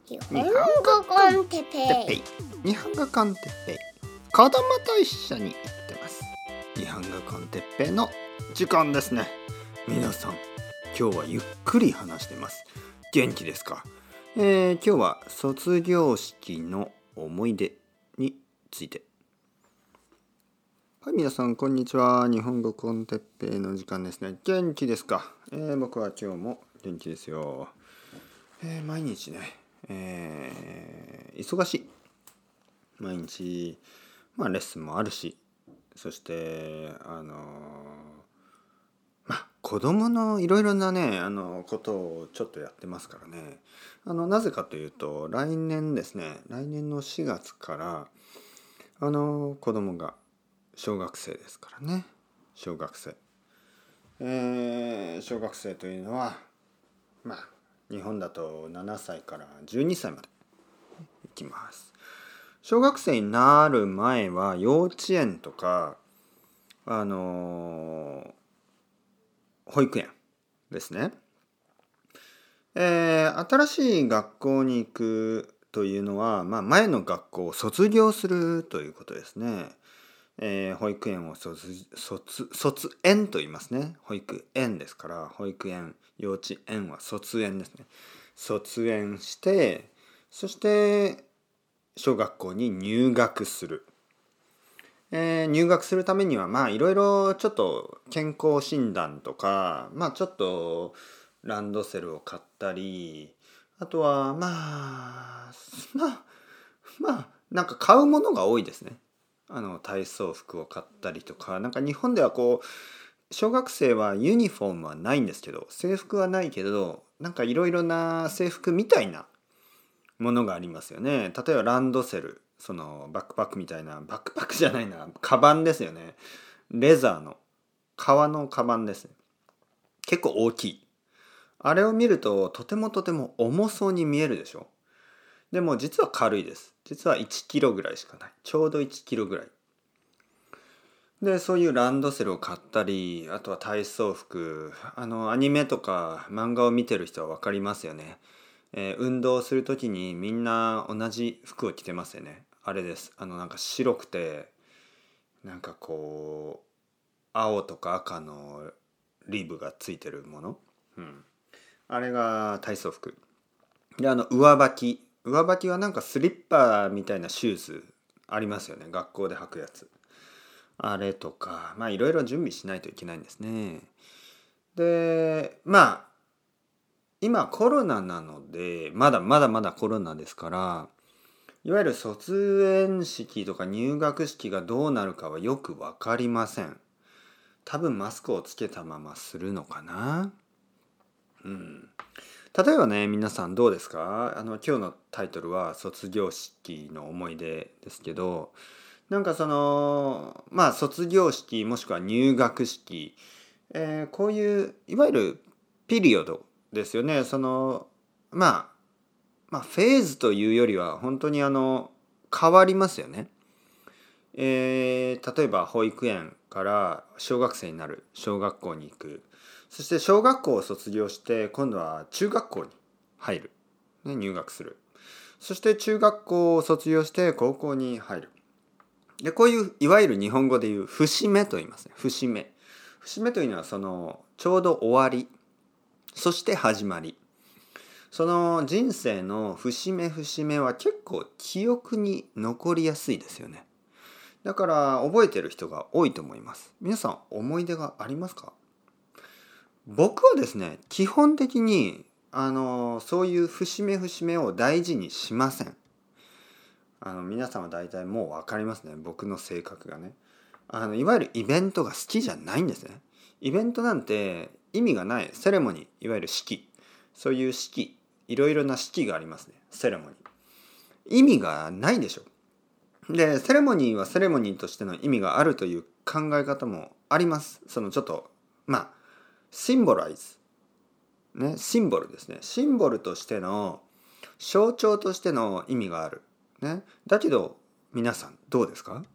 日本語コンテッペイ。 日本語コンテッペイ。子供と一緒に行ってます。日本語コンテッペイの時間ですね。皆さん、今日はゆっくり話してます。元気ですか？今日は卒業式の思い出について。はい、皆さんこんにちは。日本語コンテッペイの時間ですね。元気ですか？僕は今日も元気ですよ。毎日ね、忙しい。毎日、レッスンもあるし、そして子供のいろいろなねことをちょっとやってますからね。なぜかというと来年の4月から子供が小学生ですからね。小学生というのは日本だと7歳から12歳まで行きます。小学生になる前は幼稚園とか保育園ですね。新しい学校に行くというのは、前の学校を卒業するということですね。保育園を卒園と言いますね。保育園ですから、保育園、幼稚園は卒園ですね。卒園して、そして小学校に入学する。入学するためにはいろいろちょっと健康診断とか、ちょっとランドセルを買ったり、あとはなんか買うものが多いですね。体操服を買ったりとか、日本では小学生はユニフォームはないんですけど、制服はないけど、いろいろな制服みたいなものがありますよね。例えばランドセル、そのバックパックみたいな、バックパックじゃないな、カバンですよね。レザーの革のカバンですね。結構大きい。あれを見るととても重そうに見えるでしょ。でも実は軽いです。実は1キロぐらいしかない。ちょうど1キロぐらい。で、そういうランドセルを買ったり、あとは体操服、アニメとか漫画を見てる人は分かりますよね。運動するときにみんな同じ服を着てますよね。あれです。白くて、青とか赤のリブがついてるもの。あれが体操服。で、上履き。上履きはスリッパみたいなシューズありますよね。学校で履くやつ。あれとか、いろいろ準備しないといけないんですね。で、今コロナなので、まだコロナですから、いわゆる卒園式とか入学式がどうなるかはよくわかりません。多分マスクをつけたままするのかな。例えばね、皆さんどうですか？今日のタイトルは卒業式の思い出ですけど、卒業式もしくは入学式、こういういわゆるピリオドですよね。フェーズというよりは本当に変わりますよね。例えば保育園から小学生になる、小学校に行く、そして小学校を卒業して今度は中学校に入る、入学する。そして中学校を卒業して高校に入る。で、こういういわゆる日本語でいう節目と言いますね。節目。節目というのはちょうど終わり、そして始まり。その人生の節目は結構記憶に残りやすいですよね。だから覚えてる人が多いと思います。皆さん思い出がありますか？僕はですね、基本的にそういう節目を大事にしません。皆さんは大体もう分かりますね。僕の性格がね。いわゆるイベントが好きじゃないんですね。イベントなんて意味がない。セレモニー、いわゆる式。そういう式、いろいろな式がありますね。セレモニー。意味がないでしょ。で、セレモニーはセレモニーとしての意味があるという考え方もあります。ちょっと、シンボライズ。ね、シンボルですね。シンボルとしての、象徴としての意味がある。ね。だけど、皆さんどうですか？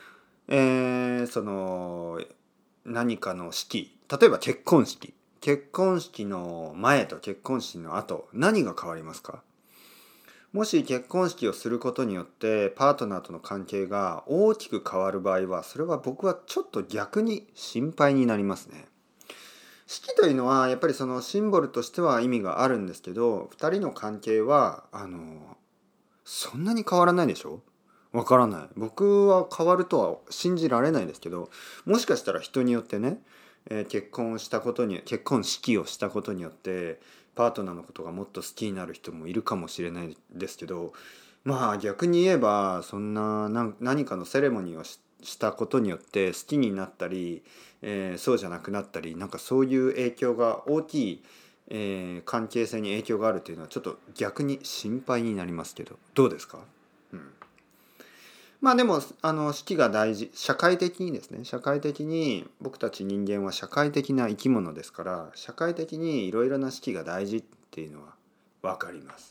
何かの式。例えば結婚式。結婚式の前と結婚式の後、何が変わりますか？ もし結婚式をすることによってパートナーとの関係が大きく変わる場合は、それは僕はちょっと逆に心配になりますね。式というのはやっぱりそのシンボルとしては意味があるんですけど、2人の関係はそんなに変わらないでしょ。わからない。僕は変わるとは信じられないですけど、もしかしたら人によってね、結婚式をしたことによってパートナーのことがもっと好きになる人もいるかもしれないですけど、まあ逆に言えばそんな何かのセレモニーをしたことによって好きになったり、そうじゃなくなったり、なんかそういう影響が大きい、関係性に影響があるというのはちょっと逆に心配になりますけど、どうですか？うん、まあでも式が大事、社会的にですね、社会的に僕たち人間は社会的な生き物ですから、社会的にいろいろな式が大事っていうのは分かります。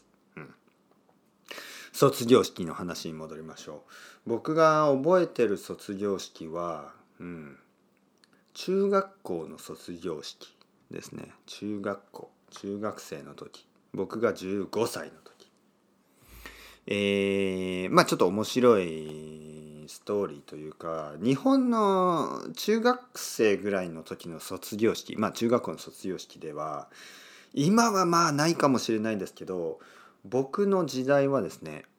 卒業式の話に戻りましょう。僕が覚えてる卒業式は、中学校の卒業式ですね。中学生の時、僕が15歳の時、まあちょっと面白いストーリーというか、日本の中学生ぐらいの時の卒業式、まあ中学校の卒業式では、今はまあないかもしれないんですけど、僕の時代はですね、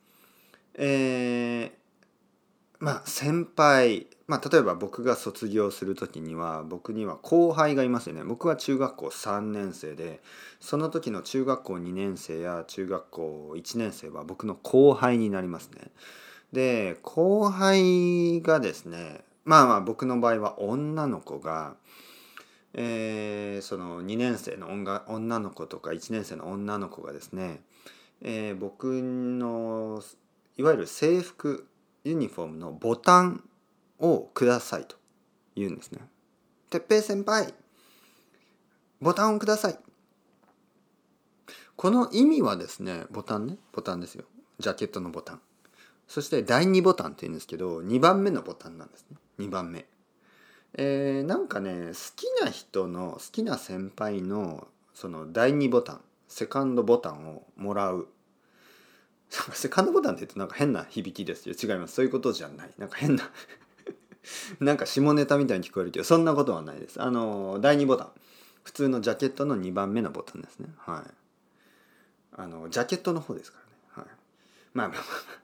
まあ先輩、まあ例えば僕が卒業する時には僕には後輩がいますよね。僕は中学校3年生で、その時の中学校2年生や中学校1年生は僕の後輩になりますね。で、後輩がですね、まあまあ僕の場合は女の子が、その2年生の女の子とか1年生の女の子がですね、僕のいわゆる制服ユニフォームのボタンをくださいと言うんですね。てっぺい先輩、ボタンをください。この意味はですね、ボタンですよ。ジャケットのボタン。そして第2ボタンって言うんですけど、2番目のボタンなんですね。2番目。なんかね、好きな先輩のその第2ボタン、セカンドボタンをもらう。セカンドボタンって言うとなんか変な響きですよ。違います。そういうことじゃない。なんか変ななんか下ネタみたいに聞こえるけど、そんなことはないです。第2ボタン。普通のジャケットの2番目のボタンですね。はい。ジャケットの方ですからね。はい。まあまあまあ。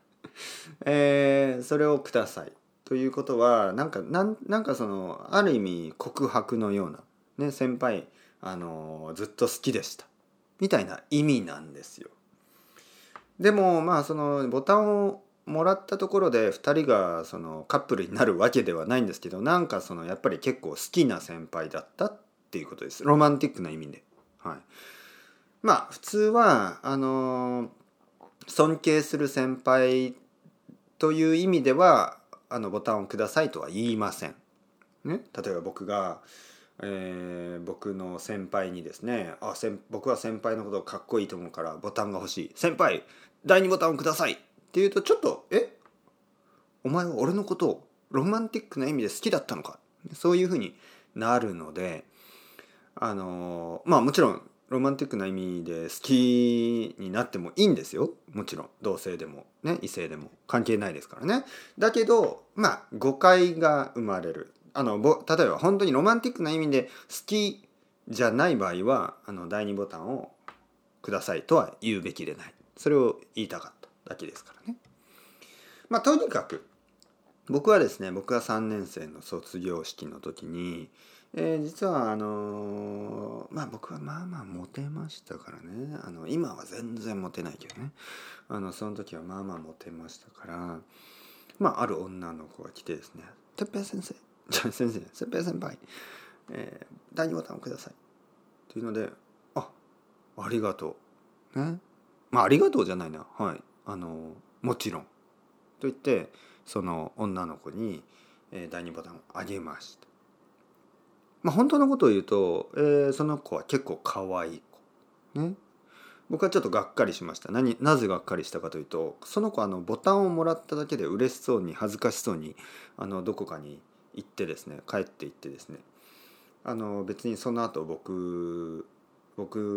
それをください。ということは、なんかその、ある意味告白のような、ね、先輩、ずっと好きでした。みたいな意味なんですよ。でもまあそのボタンをもらったところで2人がそのカップルになるわけではないんですけど、なんかそのやっぱり結構好きな先輩だったっていうことです。ロマンティックな意味で。はい。まあ普通は尊敬する先輩という意味ではボタンをくださいとは言いません。ね、例えば僕が、僕の先輩にですね、僕は先輩のことをかっこいいと思うからボタンが欲しい。先輩、第2ボタンをくださいって言うと、ちょっとお前は俺のことをロマンティックな意味で好きだったのか、そういうふうになるので、まあもちろんロマンティックな意味で好きになってもいいんですよ。もちろん同性でもね、異性でも関係ないですからね。だけどまあ誤解が生まれる。例えば本当にロマンティックな意味で好きじゃない場合は第2ボタンをくださいとは言うべきでない。それを言いたかっただけですからね。まあとにかく僕は3年生の卒業式の時に、実はまあ僕はまあまあモテましたからね。今は全然モテないけどね。その時はまあまあモテましたから、まあある女の子が来てですね、てっぺい先生、先輩先輩、第2ボタンをくださいというので、ありがとうね。まあありがとうじゃないな、はい、もちろんと言ってその女の子に、第2ボタンをあげました。まあ本当のことを言うと、その子は結構可愛い子ね。僕はちょっとがっかりしました。なぜがっかりしたかというと、その子ボタンをもらっただけで嬉しそうに恥ずかしそうにどこかに行ってですね、帰って行ってですね、別にその後僕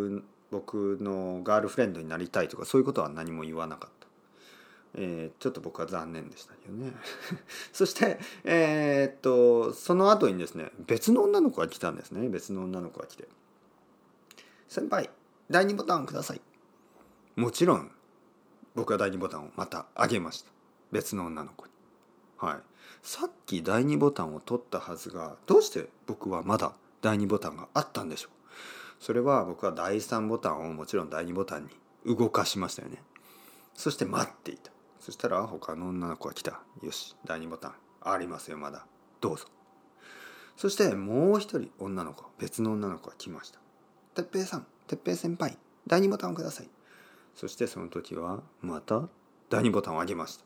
僕のガールフレンドになりたいとかそういうことは何も言わなかった。ちょっと僕は残念でしたよね。そして、その後にですね、別の女の子が来たんですね。別の女の子が来て、先輩、第2ボタンください。もちろん僕は第2ボタンをまた上げました。別の女の子に。はい。さっき第2ボタンを取ったはずが、どうして僕はまだ第2ボタンがあったんでしょう。それは僕は第3ボタンをもちろん第2ボタンに動かしましたよね。そして待っていた。そしたら他の女の子が来た。よし、第2ボタンありますよ、まだ。どうぞ。そしてもう一人女の子、別の女の子が来ました。てっぺいさん、てっぺい先輩、第2ボタンをください。そしてその時はまた第2ボタンを上げました。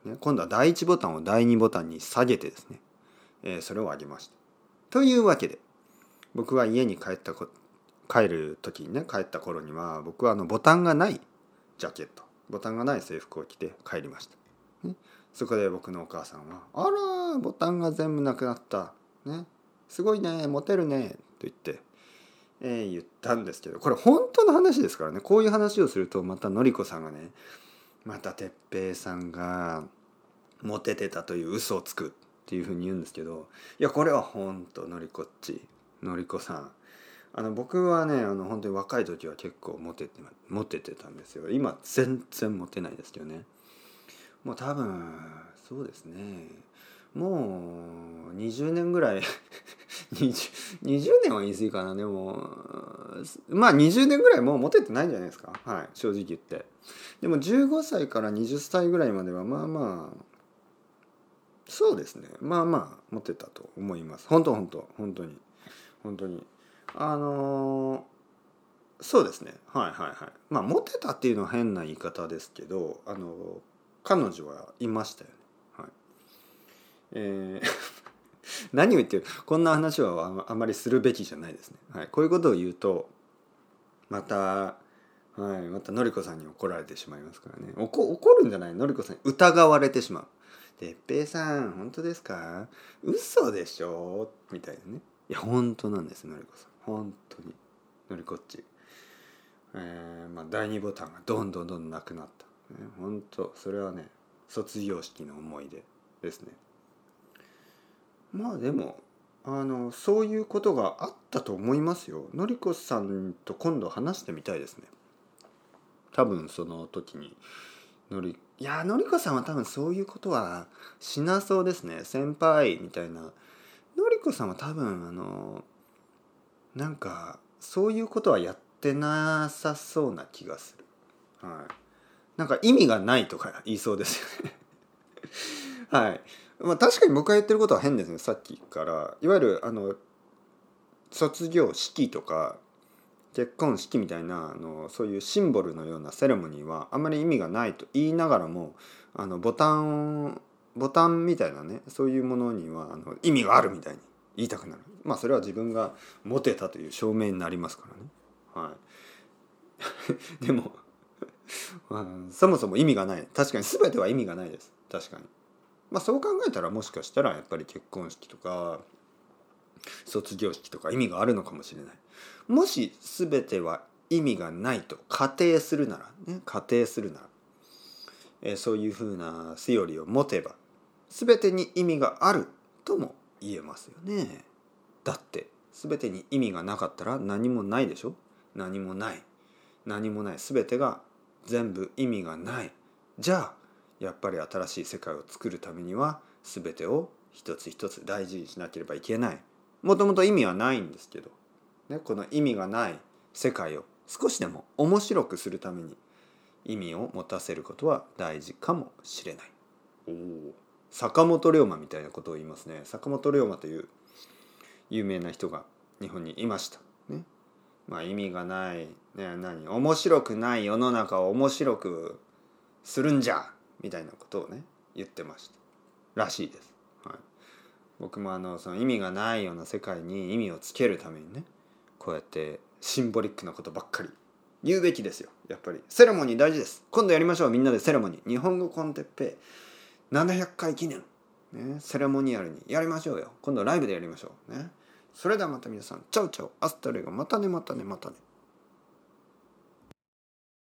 ね、今度は第1ボタンを第2ボタンに下げてですね、それを上げました。というわけで、僕は家に帰る時にね、帰った頃には僕はボタンがないジャケット、ボタンがない制服を着て帰りました。ね、そこで僕のお母さんは、あら、ボタンが全部なくなった。ね、すごいね、モテるね、と言って、言ったんですけど、これ本当の話ですからね。こういう話をするとまたのりこさんがね、またてっぺいさんがモテてたという嘘をつくっていうふうに言うんですけど、いやこれは本当のりこさん、僕はね本当に若い時は結構モテてたんですよ。今全然モテないですけどね。もう多分そうですね、もう20年ぐらい20年は言い過ぎかな。でもまあ20年ぐらいもうモテてないんじゃないですか。はい、正直言って。でも15歳から20歳ぐらいまではまあまあそうですね、まあまあモテたと思います。本当にそうですね、はいはいはい。まあモテたっていうのは変な言い方ですけど、彼女はいましたよね。はい。何を言ってる、こんな話はあまりするべきじゃないですね。はい、こういうことを言うとまたのりこさんに怒られてしまいますからね。怒るんじゃない、のりこさんに疑われてしまう。てっぺいさん本当ですか、嘘でしょみたいなね。いや本当なんです、のりこさん本当に。のりこっち、まあ、第2ボタンがどんどんなくなった、ね、本当それはね卒業式の思い出ですね。まあでもそういうことがあったと思いますよ。のりこさんと今度話してみたいですね。多分その時にのりこさんは多分そういうことはしなそうですね。先輩みたいな。のりこさんは多分なんかそういうことはやってなさそうな気がする。はい。なんか意味がないとか言いそうですよね。はい。まあ確かに僕が言ってることは変ですね。さっきからいわゆる卒業式とか結婚式みたいなそういうシンボルのようなセレモニーはあんまり意味がないと言いながらもボタンみたいなね、そういうものには意味があるみたいに言いたくなる。まあそれは自分がモテたという証明になりますからね。はい。でもそもそも意味がない。確かに全ては意味がないです。確かに。まあそう考えたらもしかしたらやっぱり結婚式とか卒業式とか意味があるのかもしれない。もし全ては意味がないと仮定するなら、そういうふうなセオリーを持てば全てに意味があるとも言えますよね。だって全てに意味がなかったら何もないでしょ。何もない全てが全部意味がない。じゃあやっぱり新しい世界を作るためには全てを一つ一つ大事にしなければいけない。もともと意味はないんですけど、ね、この意味がない世界を少しでも面白くするために意味を持たせることは大事かもしれない。坂本龍馬みたいなことを言いますね。坂本龍馬という有名な人が日本にいました。ね、まあ意味がない、ね、面白くない世の中を面白くするんじゃみたいなことをね言ってましたらしいです。はい、僕もその意味がないような世界に意味をつけるためにね、こうやってシンボリックなことばっかり言うべきですよ。やっぱりセレモニー大事です。今度やりましょう、みんなでセレモニー。日本語コンテッペイ700回記念、ね、セレモニアルにやりましょうよ。今度ライブでやりましょうね。それではまた皆さん、チャウチャウ、アスタレゴ、またね。